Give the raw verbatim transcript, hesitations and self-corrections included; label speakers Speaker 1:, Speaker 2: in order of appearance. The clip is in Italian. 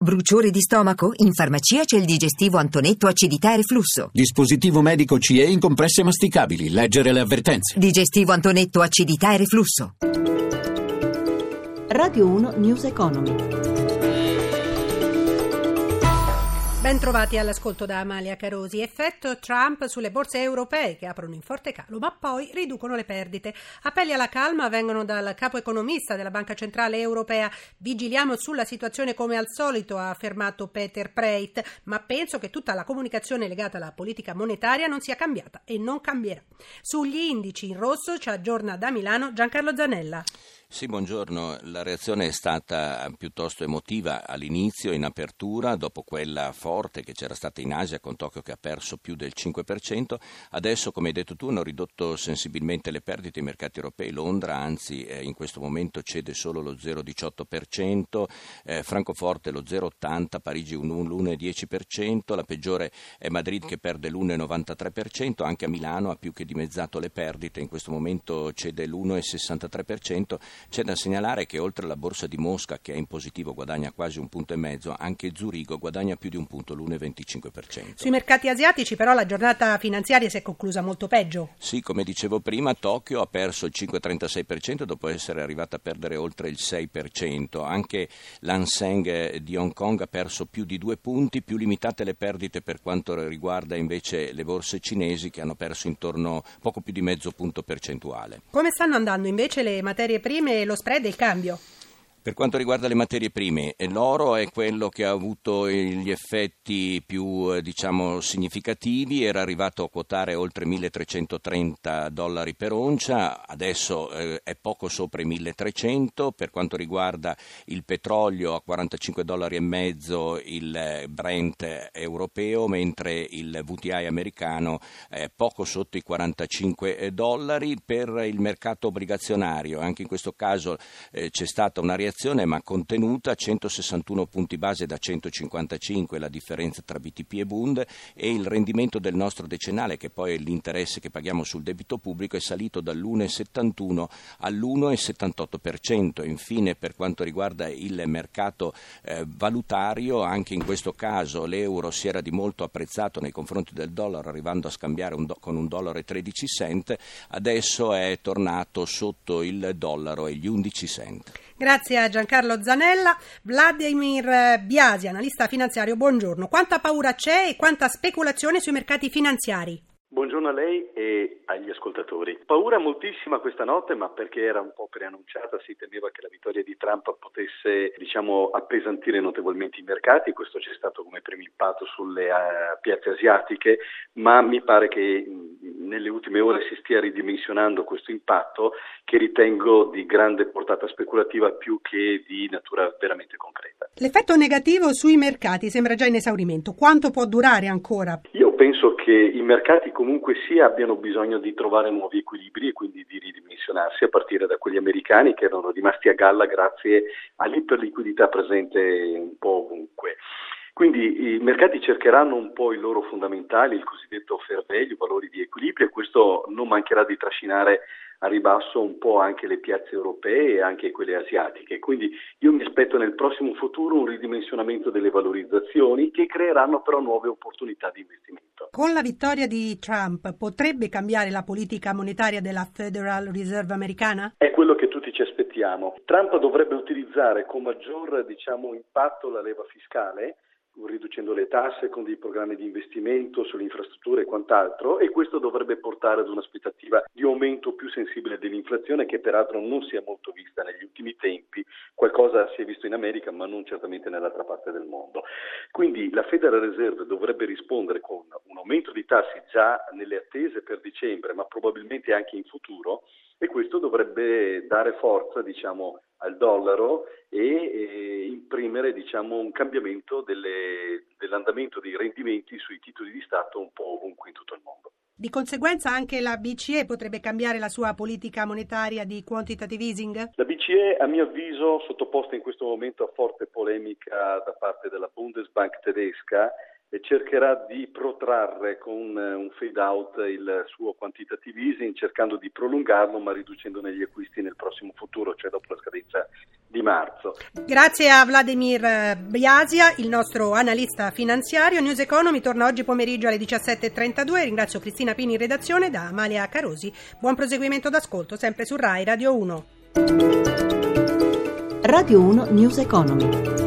Speaker 1: Bruciore di stomaco? In farmacia c'è il digestivo Antonetto acidità e reflusso.
Speaker 2: Dispositivo medico C E in compresse masticabili. Leggere le avvertenze.
Speaker 1: Digestivo Antonetto acidità e reflusso.
Speaker 3: Radio uno News Economy.
Speaker 4: Ben trovati all'ascolto da Amalia Carosi. Effetto Trump sulle borse europee che aprono in forte calo ma poi riducono le perdite. Appelli alla calma vengono dal capo economista della Banca Centrale Europea. Vigiliamo sulla situazione come al solito, ha affermato Peter Preit, ma penso che tutta la comunicazione legata alla politica monetaria non sia cambiata e non cambierà. Sugli indici in rosso ci aggiorna da Milano Giancarlo Zanella.
Speaker 5: Sì, buongiorno. La reazione è stata piuttosto emotiva all'inizio, in apertura, dopo quella forte che c'era stata in Asia con Tokyo che ha perso più del cinque per cento. Adesso, come hai detto tu, hanno ridotto sensibilmente le perdite ai mercati europei. Londra, anzi, eh, in questo momento cede solo lo zero virgola diciotto per cento, eh, Francoforte lo zero virgola ottanta per cento, Parigi un uno virgola dieci per cento, la peggiore è Madrid che perde l'uno virgola novantatré per cento, anche a Milano ha più che dimezzato le perdite, in questo momento cede l'uno virgola sessantatré per cento. C'è da segnalare che oltre alla borsa di Mosca, che è in positivo, guadagna quasi un punto e mezzo, anche Zurigo guadagna più di un punto, l'uno virgola venticinque per cento.
Speaker 4: Sui mercati asiatici però la giornata finanziaria si è conclusa molto peggio.
Speaker 5: Sì, come dicevo prima, Tokyo ha perso il cinque virgola trentasei per cento dopo essere arrivata a perdere oltre il sei per cento. Anche l'Hang Seng di Hong Kong ha perso più di due punti, più limitate le perdite per quanto riguarda invece le borse cinesi che hanno perso intorno poco più di mezzo punto percentuale.
Speaker 4: Come stanno andando invece le materie prime e lo spread e il cambio?
Speaker 5: Per quanto riguarda le materie prime, l'oro è quello che ha avuto gli effetti più eh, diciamo significativi, era arrivato a quotare oltre milletrecentotrenta dollari per oncia, adesso eh, è poco sopra i milletrecento. Per quanto riguarda il petrolio a quarantacinque dollari e mezzo il Brent europeo, mentre il V T I americano è poco sotto i quarantacinque dollari. Per il mercato obbligazionario, anche in questo caso eh, c'è stata una reazione ma contenuta, centosessantuno punti base da centocinquantacinque la differenza tra B T P e Bund, e il rendimento del nostro decennale, che poi è l'interesse che paghiamo sul debito pubblico, è salito dall'uno virgola settantuno all'uno virgola settantotto per cento. Infine, per quanto riguarda il mercato eh, valutario, anche in questo caso l'euro si era di molto apprezzato nei confronti del dollaro, arrivando a scambiare un do- con un dollaro e tredici cent, adesso è tornato sotto il dollaro e gli undici cent.
Speaker 4: Grazie a Giancarlo Zanella. Vladimir Biasi, analista finanziario, buongiorno. Quanta paura c'è e quanta speculazione sui mercati finanziari?
Speaker 6: Buongiorno a lei e agli ascoltatori. Paura moltissima questa notte, ma perché era un po' preannunciata, si temeva che la vittoria di Trump potesse, diciamo, appesantire notevolmente i mercati. Questo c'è stato come primo impatto sulle uh, piazze asiatiche, ma mi pare che mh, nelle ultime ore si stia ridimensionando questo impatto, che ritengo di grande portata speculativa più che di natura veramente concreta.
Speaker 4: L'effetto negativo sui mercati sembra già in esaurimento. Quanto può durare ancora?
Speaker 6: Io penso che i mercati comunque sia abbiano bisogno di trovare nuovi equilibri e quindi di ridimensionarsi, a partire da quelli americani che erano rimasti a galla grazie all'iperliquidità presente un po' ovunque. Quindi i mercati cercheranno un po' i loro fondamentali, il cosiddetto fair value, valori di equilibrio, e questo non mancherà di trascinare a ribasso un po' anche le piazze europee e anche quelle asiatiche. Quindi io mi aspetto nel prossimo futuro un ridimensionamento delle valorizzazioni che creeranno però nuove opportunità di investimento.
Speaker 4: Con la vittoria di Trump potrebbe cambiare la politica monetaria della Federal Reserve americana?
Speaker 6: È quello che tutti ci aspettiamo. Trump dovrebbe utilizzare con maggior, diciamo, impatto la leva fiscale, riducendo le tasse con dei programmi di investimento sulle infrastrutture e quant'altro, e questo dovrebbe portare ad un'aspettativa di aumento più sensibile dell'inflazione, che peraltro non si è molto vista negli ultimi tempi. Qualcosa si è visto in America ma non certamente nell'altra parte del mondo. Quindi la Federal Reserve dovrebbe rispondere con un aumento di tassi già nelle attese per dicembre, ma probabilmente anche in futuro, e questo dovrebbe dare forza, diciamo, al dollaro e, e imprimere, diciamo, un cambiamento delle, dell'andamento dei rendimenti sui titoli di Stato un po' ovunque in tutto il mondo.
Speaker 4: Di conseguenza anche la B C E potrebbe cambiare la sua politica monetaria di quantitative easing?
Speaker 6: La B C E, a mio avviso, sottoposta in questo momento a forte polemica da parte della Bundesbank tedesca, cercherà di protrarre con un fade out il suo quantitative easing, cercando di prolungarlo ma riducendone gli acquisti nel prossimo futuro, cioè dopo la scadenza di marzo.
Speaker 4: Grazie a Vladimir Biasia, il nostro analista finanziario. News Economy torna oggi pomeriggio alle diciassette e trentadue. Ringrazio Cristina Pini in redazione, da Amalia Carosi. Buon proseguimento d'ascolto sempre su Rai Radio uno.
Speaker 3: Radio uno News Economy.